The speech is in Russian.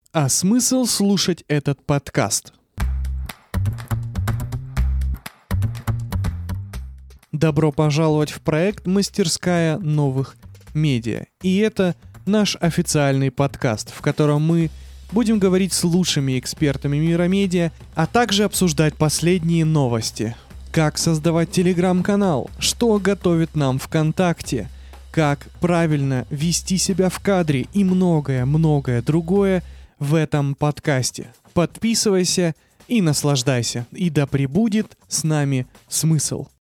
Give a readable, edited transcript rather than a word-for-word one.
А смысл слушать этот подкаст? Добро пожаловать в проект «Мастерская новых медиа». И это наш официальный подкаст, в котором мы будем говорить с лучшими экспертами мира медиа, а также обсуждать последние новости. Как создавать телеграм-канал, что готовит нам ВКонтакте, как правильно вести себя в кадре и многое-многое другое в этом подкасте. Подписывайся и наслаждайся. И да пребудет с нами смысл.